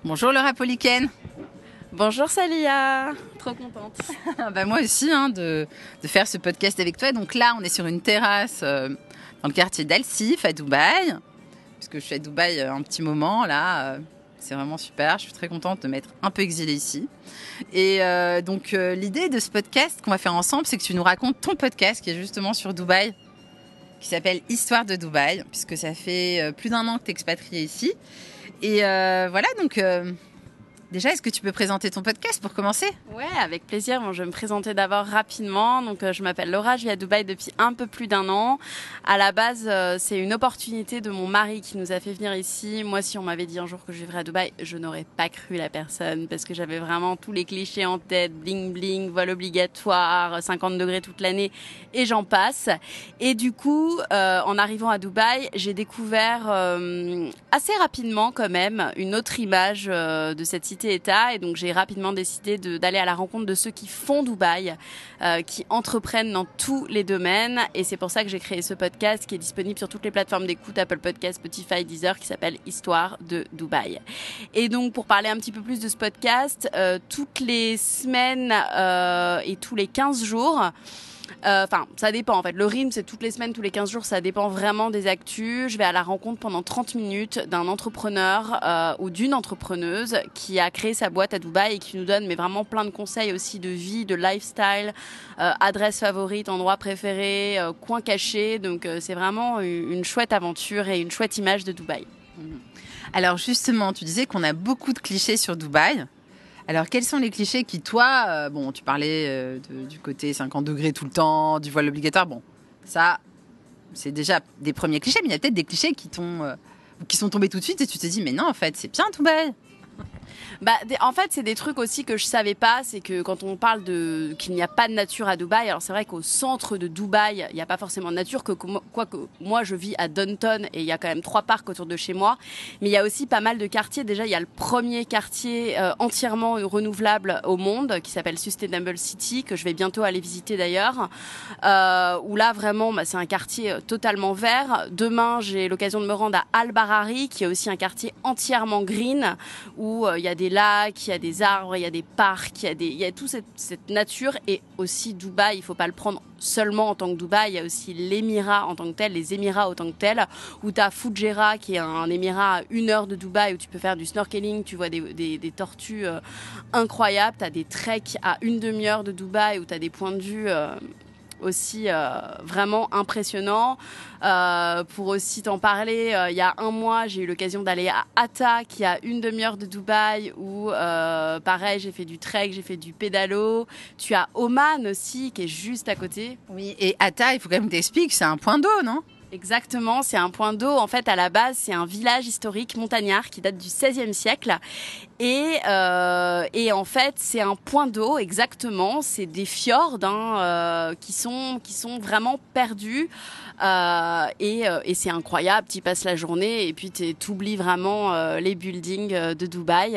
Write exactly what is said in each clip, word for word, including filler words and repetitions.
Bonjour Laura Poliken. Bonjour Salia, trop contente. bah moi aussi hein, de, de faire ce podcast avec toi. Donc là, on est sur une terrasse euh, dans le quartier d'Al Sif à Dubaï, puisque je suis à Dubaï euh, un petit moment là. Euh, c'est vraiment super. Je suis très contente de m'être un peu exilée ici. Et euh, donc euh, l'idée de ce podcast qu'on va faire ensemble, c'est que tu nous racontes ton podcast qui est justement sur Dubaï, qui s'appelle Histoire de Dubaï, puisque ça fait euh, plus d'un an que tu es expatriée ici. Et euh, voilà, donc euh, déjà, est-ce que tu peux présenter ton podcast pour commencer ? Ouais, avec plaisir. Bon, je vais me présenter d'abord rapidement. Donc, euh, je m'appelle Laura, je vis à Dubaï depuis un peu plus d'un an. À la base, euh, c'est une opportunité de mon mari qui nous a fait venir ici. Moi, si on m'avait dit un jour que je vivrais à Dubaï, je n'aurais pas cru la personne parce que j'avais vraiment tous les clichés en tête, bling bling, vol obligatoire, cinquante degrés toute l'année et j'en passe. Et du coup, euh, en arrivant à Dubaï, j'ai découvert euh, assez rapidement quand même une autre image euh, de cette cité-État et donc j'ai rapidement décidé de, d'aller à la rencontre de ceux qui font Dubaï, euh, qui entreprennent dans tous les domaines et c'est pour ça que j'ai créé ce podcast qui est disponible sur toutes les plateformes d'écoute, Apple Podcasts, Spotify, Deezer, qui s'appelle Histoire de Dubaï. Et donc pour parler un petit peu plus de ce podcast, euh, toutes les semaines euh, et tous les quinze jours, Enfin, euh, ça dépend en fait. Le rythme, c'est toutes les semaines, tous les quinze jours, ça dépend vraiment des actus. Je vais à la rencontre pendant trente minutes d'un entrepreneur euh, ou d'une entrepreneuse qui a créé sa boîte à Dubaï et qui nous donne mais vraiment plein de conseils aussi de vie, de lifestyle, euh, adresse favorite, endroit préféré, euh, coin caché. Donc euh, c'est vraiment une, une chouette aventure et une chouette image de Dubaï. Alors justement, tu disais qu'on a beaucoup de clichés sur Dubaï. Alors, quels sont les clichés qui, toi, euh, bon, tu parlais euh, de, du côté cinquante degrés tout le temps, du voile obligatoire, bon, ça, c'est déjà des premiers clichés, mais il y a peut-être des clichés qui, t'ont, euh, qui sont tombés tout de suite et tu te dis, mais non, en fait, c'est bien Dubaï. Bah, en fait, c'est des trucs aussi que je savais pas. C'est que quand on parle de qu'il n'y a pas de nature à Dubaï, alors c'est vrai qu'au centre de Dubaï, il n'y a pas forcément de nature. Que quoique moi, je vis à Downtown et il y a quand même trois parcs autour de chez moi. Mais il y a aussi pas mal de quartiers. Déjà, il y a le premier quartier euh, entièrement renouvelable au monde qui s'appelle Sustainable City, que je vais bientôt aller visiter d'ailleurs. Euh, où là, vraiment, bah, c'est un quartier totalement vert. Demain, j'ai l'occasion de me rendre à Al Barari, qui est aussi un quartier entièrement green, où euh, il y a des lacs, il y a des arbres, il y a des parcs, il y a, des, il y a toute cette, cette nature. Et aussi Dubaï, il ne faut pas le prendre seulement en tant que Dubaï, il y a aussi l'Émirat en tant que tel, les Émirats en tant que tel, où tu as Fujairah qui est un émirat à une heure de Dubaï où tu peux faire du snorkeling, tu vois des, des, des tortues euh, incroyables, tu as des treks à une demi-heure de Dubaï où tu as des points de vue euh, aussi euh, vraiment impressionnant. Euh, pour aussi t'en parler, euh, il y a un mois, j'ai eu l'occasion d'aller à Hatta, qui est à une demi-heure de Dubaï, où euh, pareil, j'ai fait du trek, j'ai fait du pédalo. Tu as Oman aussi, qui est juste à côté. Oui, et Hatta, il faut quand même que t'expliques, c'est un point d'eau, non ? Exactement, c'est un point d'eau. En fait, à la base, c'est un village historique montagnard qui date du seizième siècle. Et, euh, et en fait, c'est un point d'eau, exactement. C'est des fjords hein, euh, qui, sont, qui sont vraiment perdus. Euh, et, euh, et c'est incroyable. Tu y passes la journée et puis tu oublies vraiment euh, les buildings de Dubaï.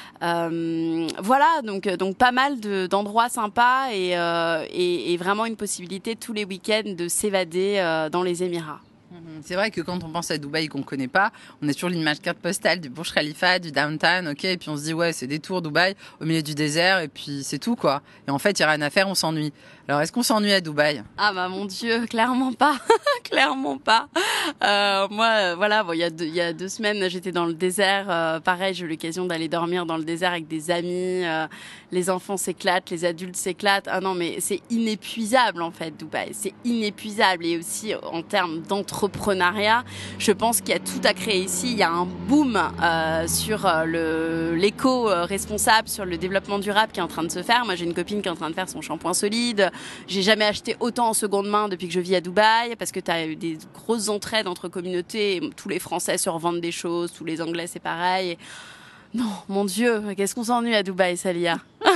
Euh, voilà, donc, donc pas mal de, d'endroits sympas et, euh, et, et vraiment une possibilité tous les week-ends de s'évader euh, dans les Émirats. C'est vrai que quand on pense à Dubaï qu'on ne connaît pas, on a toujours l'image carte postale du Burj Khalifa, du downtown, ok, et puis on se dit ouais c'est des tours Dubaï au milieu du désert et puis c'est tout quoi. Et en fait il n'y a rien à faire, on s'ennuie. Alors est-ce qu'on s'ennuie à Dubaï ? Ah bah mon Dieu, clairement pas, clairement pas. Euh, moi euh, voilà, bon il y a deux, il y a deux semaines j'étais dans le désert, euh, pareil j'ai eu l'occasion d'aller dormir dans le désert avec des amis, euh, les enfants s'éclatent, les adultes s'éclatent. Ah non mais c'est inépuisable en fait Dubaï, c'est inépuisable et aussi en termes d'entrepreneuriat, je pense qu'il y a tout à créer ici. Il y a un boom euh, sur le l'éco-responsable, sur le développement durable qui est en train de se faire. Moi j'ai une copine qui est en train de faire son shampoing solide. J'ai jamais acheté autant en seconde main depuis que je vis à Dubaï parce que tu as eu des grosses entraides entre communautés. Et tous les Français se revendent des choses, tous les Anglais c'est pareil. Et... Non, mon Dieu, qu'est-ce qu'on s'ennuie à Dubaï, Salia.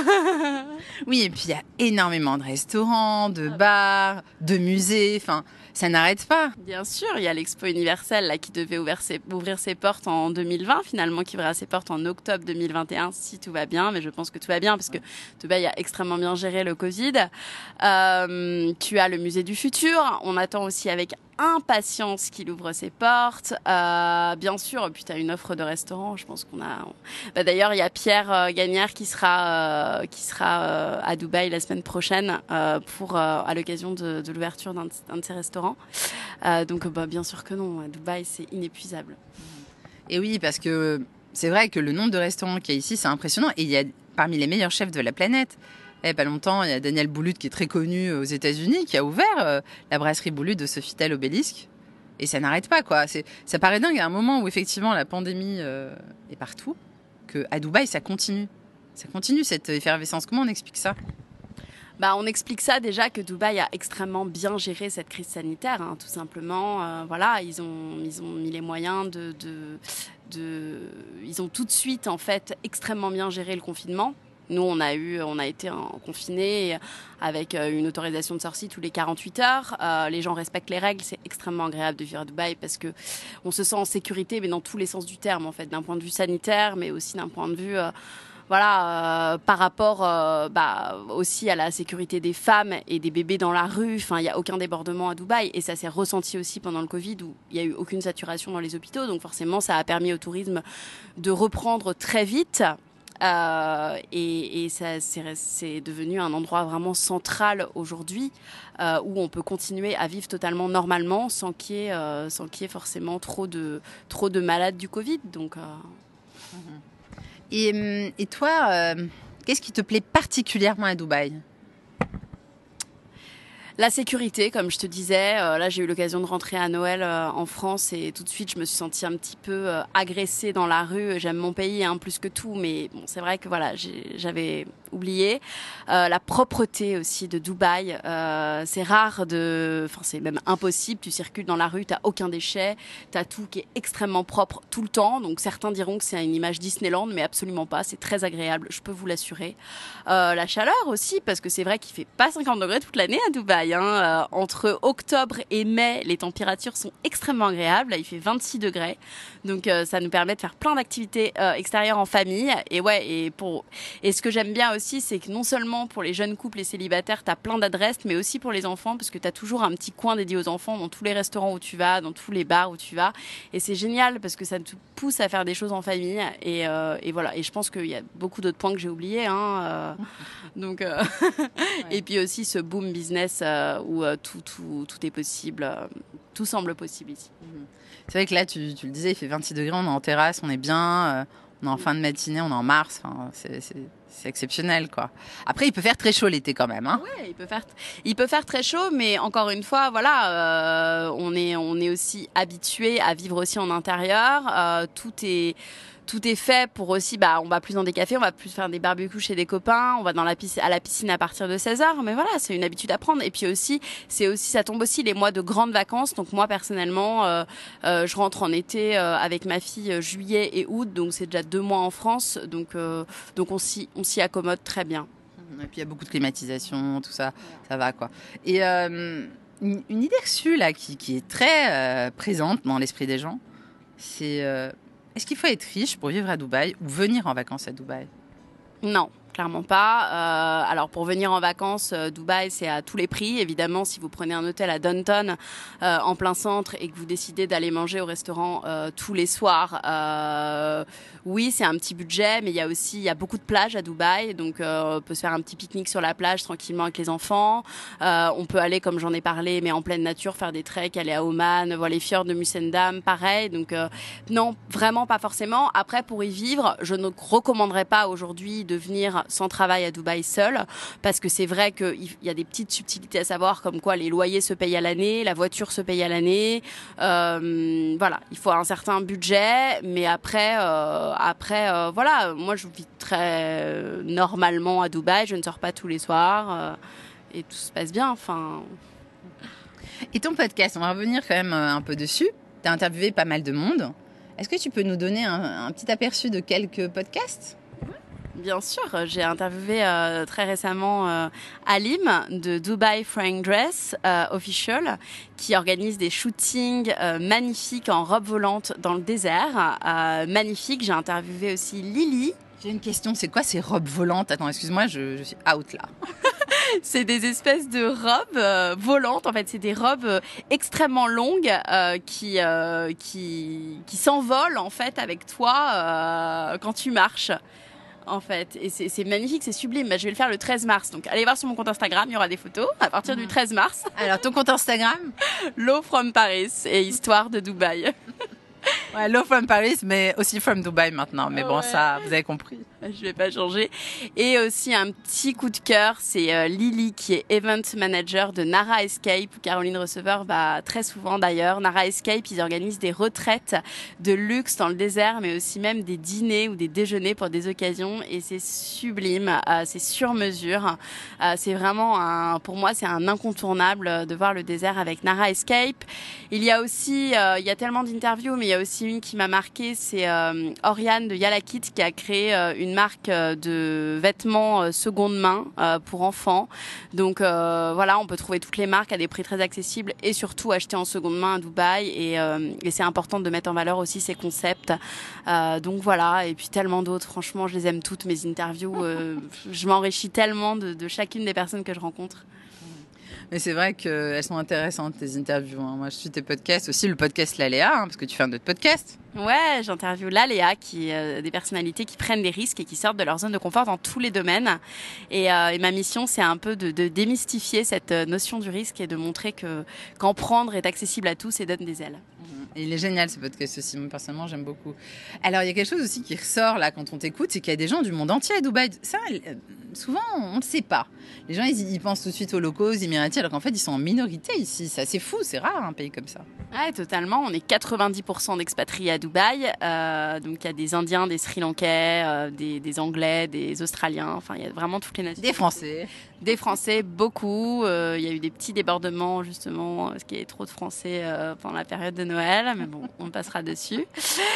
Oui, et puis il y a énormément de restaurants, de bars, de musées, enfin, ça n'arrête pas. Bien sûr, il y a l'Expo universelle là, qui devait ouvrir ses, ouvrir ses portes en deux mille vingt, finalement, qui ouvrira ses portes en octobre deux mille vingt et un, si tout va bien, mais je pense que tout va bien, parce que Dubaï a extrêmement bien géré le Covid. Euh, tu as le musée du futur, on attend aussi avec impatience qu'il ouvre ses portes. Euh, bien sûr, puis tu as une offre de restaurant. Je pense qu'on a. On... Bah, d'ailleurs, il y a Pierre euh, Gagnère qui sera euh, qui sera euh, à Dubaï la semaine prochaine euh, pour euh, à l'occasion de, de l'ouverture d'un, d'un de ses restaurants. Euh, donc, bah, bien sûr que non. À Dubaï, c'est inépuisable. Et oui, parce que c'est vrai que le nombre de restaurants qu'il y a ici, c'est impressionnant. Et il y a parmi les meilleurs chefs de la planète. Il n'y a pas longtemps, il y a Daniel Boulud qui est très connu aux États-Unis, qui a ouvert euh, la brasserie Boulud de Sofitel Obélisque. Et ça n'arrête pas, quoi. C'est, ça paraît dingue à un moment où effectivement la pandémie euh, est partout, qu'à Dubaï, ça continue. Ça continue cette effervescence. Comment on explique ça ? Bah, on explique ça déjà que Dubaï a extrêmement bien géré cette crise sanitaire, hein, tout simplement. Euh, voilà, ils ont, ils ont mis les moyens de, de, de... Ils ont tout de suite, en fait, extrêmement bien géré le confinement. Nous, on a eu, on a été confinés avec une autorisation de sortie tous les quarante-huit heures. Euh, les gens respectent les règles. C'est extrêmement agréable de vivre à Dubaï parce que on se sent en sécurité, mais dans tous les sens du terme, en fait, d'un point de vue sanitaire, mais aussi d'un point de vue, euh, voilà, euh, par rapport euh, bah, aussi à la sécurité des femmes et des bébés dans la rue. Enfin, il n'y a aucun débordement à Dubaï et ça s'est ressenti aussi pendant le Covid où il n'y a eu aucune saturation dans les hôpitaux. Donc forcément, ça a permis au tourisme de reprendre très vite. Euh, et, et ça, c'est, c'est devenu un endroit vraiment central aujourd'hui euh, où on peut continuer à vivre totalement normalement sans qu'il y ait, euh, sans qu'il y ait forcément trop de, trop de malades du Covid. Donc, euh... et, et toi, euh, qu'est-ce qui te plaît particulièrement à Dubaï ? La sécurité, comme je te disais, euh, là j'ai eu l'occasion de rentrer à Noël euh, en France et tout de suite je me suis sentie un petit peu euh, agressée dans la rue. J'aime mon pays hein, plus que tout, mais bon, c'est vrai que voilà, j'ai, j'avais oublié. Euh, la propreté aussi de Dubaï, euh, c'est rare, de, enfin c'est même impossible. Tu circules dans la rue, t'as aucun déchet, t'as tout qui est extrêmement propre tout le temps. Donc certains diront que c'est une image Disneyland, mais absolument pas. C'est très agréable, je peux vous l'assurer. Euh, la chaleur aussi, parce que c'est vrai qu'il fait pas cinquante degrés toute l'année à Dubaï. Hein. Euh, entre octobre et mai, les températures sont extrêmement agréables. Là, il fait vingt-six degrés. Donc, euh, ça nous permet de faire plein d'activités euh, extérieures en famille. Et ouais, et, pour... et ce que j'aime bien aussi, c'est que non seulement pour les jeunes couples et célibataires, tu as plein d'adresses, mais aussi pour les enfants, parce que tu as toujours un petit coin dédié aux enfants dans tous les restaurants où tu vas, dans tous les bars où tu vas. Et c'est génial parce que ça te pousse à faire des choses en famille. Et, euh, et voilà. Et je pense qu'il y a beaucoup d'autres points que j'ai oubliés. Hein, euh... Donc, euh... ouais. Et puis aussi ce boom business euh, où euh, tout, tout, tout est possible, euh, tout semble possible ici. C'est vrai que là, tu, tu le disais, il fait vingt-six degrés, on est en terrasse, on est bien, euh, on est en fin de matinée, on est en mars, enfin, c'est, c'est, c'est exceptionnel, quoi. Après, il peut faire très chaud l'été quand même. Hein. Ouais, il peut faire, il peut faire très chaud, mais encore une fois, voilà, euh, on est, on est aussi habitué à vivre aussi en intérieur. Euh, tout est Tout est fait pour aussi, bah, on va plus dans des cafés, on va plus faire des barbecues chez des copains, on va dans la piscine, à la piscine à partir de seize heures. Mais voilà, c'est une habitude à prendre. Et puis aussi, c'est aussi, ça tombe aussi les mois de grandes vacances. Donc moi, personnellement, euh, euh, je rentre en été euh, avec ma fille euh, juillet et août. Donc c'est déjà deux mois en France. Donc, euh, donc on s'y, on s'y accommode très bien. Et puis il y a beaucoup de climatisation, tout ça, ça va, quoi. Et euh, une, une idée reçue, là, qui, qui est très euh, présente dans l'esprit des gens, c'est... Euh, est-ce qu'il faut être riche pour vivre à Dubaï ou venir en vacances à Dubaï ? Non, clairement pas. Euh, alors pour venir en vacances, euh, Dubaï, c'est à tous les prix. Évidemment, si vous prenez un hôtel à Downtown, euh, en plein centre, et que vous décidez d'aller manger au restaurant euh, tous les soirs, euh, oui, c'est un petit budget, mais il y a aussi, il y a beaucoup de plages à Dubaï, donc euh, on peut se faire un petit pique-nique sur la plage tranquillement avec les enfants. Euh, on peut aller, comme j'en ai parlé, mais en pleine nature, faire des treks, aller à Oman, voir les fjords de Musendam, pareil. Donc euh, non, vraiment pas forcément. Après, pour y vivre, je ne recommanderais pas aujourd'hui de venir sans travail à Dubaï seul, parce que c'est vrai qu'il y a des petites subtilités à savoir, comme quoi les loyers se payent à l'année, la voiture se paye à l'année. Euh, voilà, il faut un certain budget, mais après... Euh, Après, euh, voilà, moi je vis très euh, normalement à Dubaï, je ne sors pas tous les soirs euh, et tout se passe bien. Enfin. Et ton podcast, on va revenir quand même un peu dessus. Tu as interviewé pas mal de monde. Est-ce que tu peux nous donner un, un petit aperçu de quelques podcasts ? Bien sûr, j'ai interviewé euh, très récemment euh, Alim de Dubai Flying Dress euh, Official, qui organise des shootings euh, magnifiques en robe volante dans le désert. Euh, magnifique. J'ai interviewé aussi Lily. J'ai une question, c'est quoi ces robes volantes ? Attends, excuse-moi, je, je suis out là. c'est des espèces de robes euh, volantes. En fait, c'est des robes euh, extrêmement longues euh, qui euh, qui qui s'envolent en fait avec toi euh, quand tu marches. En fait, et c'est, c'est magnifique, c'est sublime. Bah, je vais le faire le treize mars. Donc, allez voir sur mon compte Instagram, il y aura des photos à partir mmh. du treize mars. Alors, ton compte Instagram? Low from Paris et Histoire de Dubaï. Ouais, Low from Paris, mais aussi from Dubaï maintenant. Mais bon, ouais. Ça, vous avez compris. Je vais pas changer. Et aussi un petit coup de cœur, c'est euh, Lily qui est event manager de Nara Escape. Caroline Receveur va très souvent d'ailleurs. Nara Escape, ils organisent des retraites de luxe dans le désert, mais aussi même des dîners ou des déjeuners pour des occasions. Et c'est sublime, euh, c'est sur mesure. Euh, c'est vraiment un, pour moi, c'est un incontournable de voir le désert avec Nara Escape. Il y a aussi, euh, il y a tellement d'interviews, mais il y a aussi une qui m'a marquée, c'est euh, Oriane de Yalakit qui a créé euh, une marque de vêtements seconde main euh, pour enfants. Donc euh, voilà, on peut trouver toutes les marques à des prix très accessibles et surtout acheter en seconde main à Dubaï. Et, euh, et c'est important de mettre en valeur aussi ces concepts. Euh, donc voilà, et puis tellement d'autres. Franchement, je les aime toutes, mes interviews. Euh, je m'enrichis tellement de, de chacune des personnes que je rencontre. Mais c'est vrai qu'elles sont intéressantes, tes interviews. Hein. Moi, je suis tes podcasts, aussi le podcast La Léa, hein, parce que tu fais un autre podcast. Ouais, j'interviewe la Léa, qui euh, des personnalités qui prennent des risques et qui sortent de leur zone de confort dans tous les domaines. Et, euh, et ma mission, c'est un peu de, de démystifier cette notion du risque et de montrer que qu'en prendre est accessible à tous et donne des ailes. Et il est génial ce podcast aussi, moi personnellement j'aime beaucoup. Alors il y a quelque chose aussi qui ressort là quand on t'écoute, c'est qu'il y a des gens du monde entier à Dubaï. Ça, souvent on ne le sait pas. Les gens ils, ils pensent tout de suite aux locaux, aux Émiratis, alors qu'en fait ils sont en minorité ici. C'est assez fou, c'est rare un pays comme ça. Ouais, totalement. On est quatre-vingt-dix pour cent d'expatriés à Dubaï. Euh, donc il y a des Indiens, des Sri Lankais, euh, des, des Anglais, des Australiens. Enfin, il y a vraiment toutes les nations. Des Français. Des Français, beaucoup. Euh, il y a eu des petits débordements justement, parce qu'il y avait trop de Français euh, pendant la période de Noël. Mais bon, on passera dessus.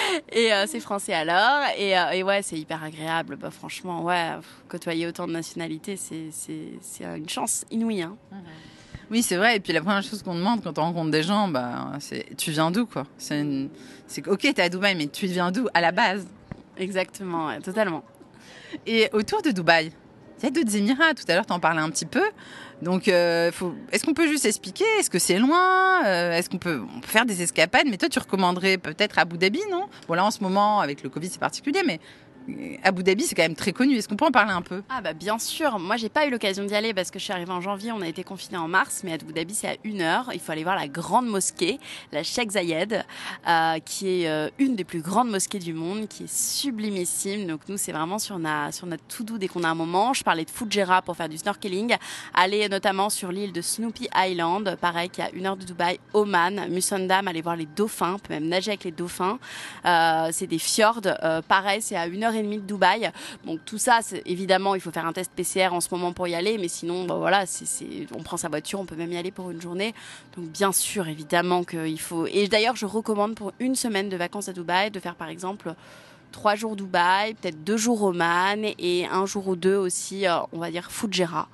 Et euh, c'est français alors. Et, euh, et ouais, c'est hyper agréable. Bah, franchement, ouais, côtoyer autant de nationalités, c'est, c'est, c'est une chance inouïe. Hein. Mmh. Oui, c'est vrai. Et puis la première chose qu'on demande quand on rencontre des gens, bah, c'est tu viens d'où, quoi. C'est, une... c'est ok, t'es à Dubaï, mais tu viens d'où à la base? Exactement, ouais, totalement. Et autour de Dubaï, il y a d'autres Émirats. Tout à l'heure, t'en parlais un petit peu. Donc, euh, faut... est-ce qu'on peut juste expliquer? Est-ce que c'est loin? euh, Est-ce qu'on peut... On peut faire des escapades? Mais toi, tu recommanderais peut-être Abu Dhabi, non? Bon, là, en ce moment, avec le Covid, c'est particulier, mais Abu Dhabi, c'est quand même très connu. Est-ce qu'on peut en parler un peu? Ah bah bien sûr. Moi, j'ai pas eu l'occasion d'y aller parce que je suis arrivée en janvier. On a été confinés en mars, mais Abu Dhabi, c'est à une heure. Il faut aller voir la grande mosquée, la Sheikh Zayed, euh, qui est euh, une des plus grandes mosquées du monde, qui est sublimissime. Donc nous, c'est vraiment sur, na, sur notre to-do dès qu'on a un moment. Je parlais de Fujairah pour faire du snorkeling. Aller notamment sur l'île de Snoopy Island, pareil, qui est à une heure de Dubaï. Oman, Musandam, aller voir les dauphins. On peut même nager avec les dauphins. Euh, c'est des fjords. Euh, pareil, c'est à une heure et demie de Dubaï. Donc tout ça, c'est, évidemment, il faut faire un test P C R en ce moment pour y aller, mais sinon, bah, voilà, c'est, c'est, on prend sa voiture, on peut même y aller pour une journée. Donc bien sûr, évidemment qu'il faut. Et d'ailleurs, je recommande pour une semaine de vacances à Dubaï de faire par exemple trois jours Dubaï, peut-être deux jours Oman et un jour ou deux aussi, euh, on va dire Fujairah.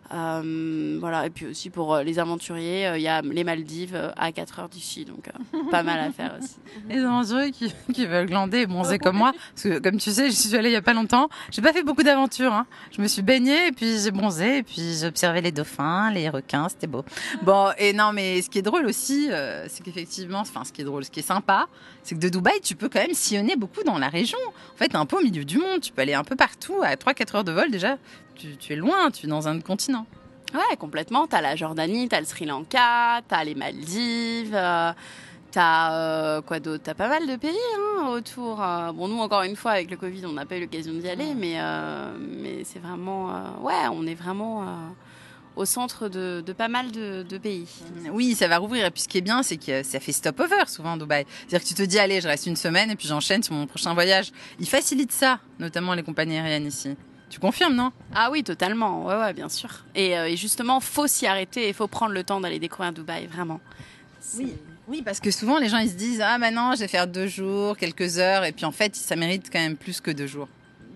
Euh, voilà, et puis aussi pour les aventuriers, il euh, y a les Maldives euh, à quatre heures d'ici, donc euh, pas mal à faire aussi. Les aventuriers qui, qui veulent glander et bronzer comme moi, parce que comme tu sais, je suis allée il y a pas longtemps, j'ai pas fait beaucoup d'aventures, hein. Je me suis baignée et puis j'ai bronzé et puis j'ai observé les dauphins, les requins, c'était beau. Bon, et non, mais ce qui est drôle aussi, euh, c'est qu'effectivement, enfin, ce qui est drôle, ce qui est sympa, c'est que de Dubaï, tu peux quand même sillonner beaucoup dans la région. En fait, t'es un peu au milieu du monde, tu peux aller un peu partout, à trois à quatre heures de vol déjà. Tu, tu es loin, tu es dans un autre continent. Ouais, complètement. T'as la Jordanie, t'as le Sri Lanka, t'as les Maldives, euh, t'as euh, quoi d'autre? T'as pas mal de pays hein, autour. Euh, bon, nous, encore une fois, avec le Covid, on n'a pas eu l'occasion d'y aller, mais, euh, mais c'est vraiment... Euh, ouais, on est vraiment... Euh, au centre de, de pas mal de, de pays. Oui, ça va rouvrir. Et puis ce qui est bien, c'est que ça fait stop-over souvent à Dubaï. C'est-à-dire que tu te dis, allez, je reste une semaine et puis j'enchaîne sur mon prochain voyage. Ils facilitent ça, notamment les compagnies aériennes ici. Tu confirmes, non? Ah oui, totalement. Ouais, ouais, bien sûr. Et, euh, et justement, faut s'y arrêter et faut prendre le temps d'aller découvrir Dubaï, vraiment. C'est... Oui. Oui, parce que souvent les gens ils se disent ah maintenant je vais faire deux jours, quelques heures, et puis en fait ça mérite quand même plus que deux jours.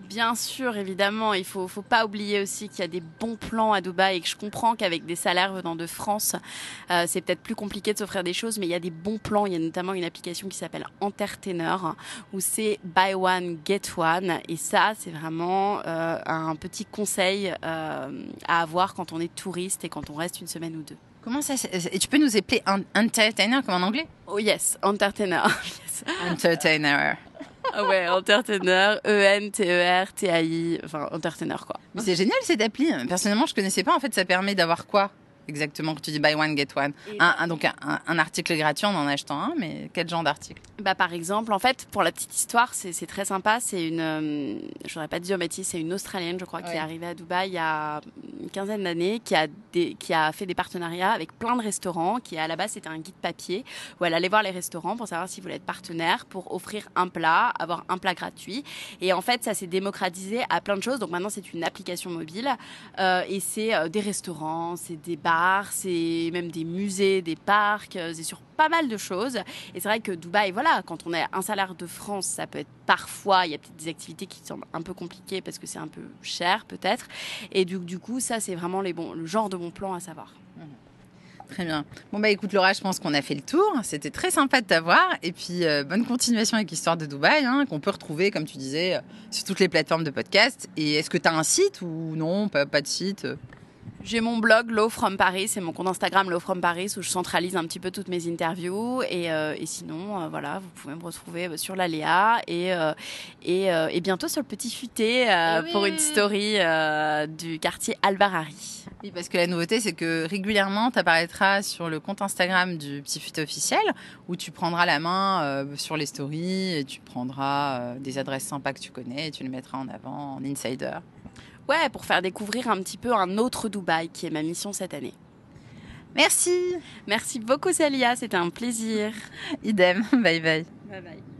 Bien sûr, évidemment, il faut, faut pas oublier aussi qu'il y a des bons plans à Dubaï et que je comprends qu'avec des salaires venant de France, euh, c'est peut-être plus compliqué de s'offrir des choses, mais il y a des bons plans. Il y a notamment une application qui s'appelle Entertainer où c'est buy one, get one. Et ça, c'est vraiment euh, un petit conseil euh, à avoir quand on est touriste et quand on reste une semaine ou deux. Comment ça Et tu peux nous appeler un entertainer comme en anglais? Oh yes, Entertainer. Yes. Entertainer. Ah ouais, Entertainer, E N T E R T A I, enfin Entertainer quoi. Mais c'est génial cette appli. Personnellement, je connaissais pas. En fait, ça permet d'avoir quoi exactement quand tu dis buy one, get one? un, un, Donc un, un article gratuit en en achetant un, mais quel genre d'article? Bah, par exemple, en fait, pour la petite histoire, c'est, c'est très sympa. C'est une, euh, je n'aurais pas dit au métier, c'est une Australienne, je crois, ouais. qui est arrivée à Dubaï il y a une quinzaine d'années, qui a, des, qui a fait des partenariats avec plein de restaurants, qui à la base c'était un guide papier, où elle allait voir les restaurants pour savoir s'ils voulaient être partenaires, pour offrir un plat, avoir un plat gratuit. Et en fait, ça s'est démocratisé à plein de choses. Donc maintenant, c'est une application mobile euh, et c'est euh, des restaurants, c'est des bars, c'est même des musées, des parcs, euh, c'est sur pas mal de choses. Et c'est vrai que Dubaï, voilà, quand on a un salaire de France, ça peut être parfois, il y a peut-être des activités qui semblent un peu compliquées parce que c'est un peu cher peut-être. Et du, du coup, ça, c'est vraiment les bons, le genre de bon plan à savoir. Très bien. Bon bah écoute Laura, je pense qu'on a fait le tour. C'était très sympa de t'avoir. Et puis euh, bonne continuation avec l'histoire de Dubaï, hein, qu'on peut retrouver, comme tu disais, euh, sur toutes les plateformes de podcast. Et est-ce que tu as un site ou non, pas, pas de site? J'ai mon blog Low From Paris, c'est mon compte Instagram Low From Paris où je centralise un petit peu toutes mes interviews et, euh, et sinon euh, voilà, vous pouvez me retrouver sur l'Aléa et, euh, et, euh, et bientôt sur le Petit Futé euh, oui. pour une story euh, du quartier Albarari. Oui, parce que la nouveauté c'est que régulièrement tu apparaîtras sur le compte Instagram du Petit Futé officiel où tu prendras la main euh, sur les stories et tu prendras euh, des adresses sympas que tu connais et tu les mettras en avant en insider. Ouais, pour faire découvrir un petit peu un autre Dubaï, qui est ma mission cette année. Merci. Merci beaucoup, Célia. C'était un plaisir. Idem. Bye bye. Bye bye.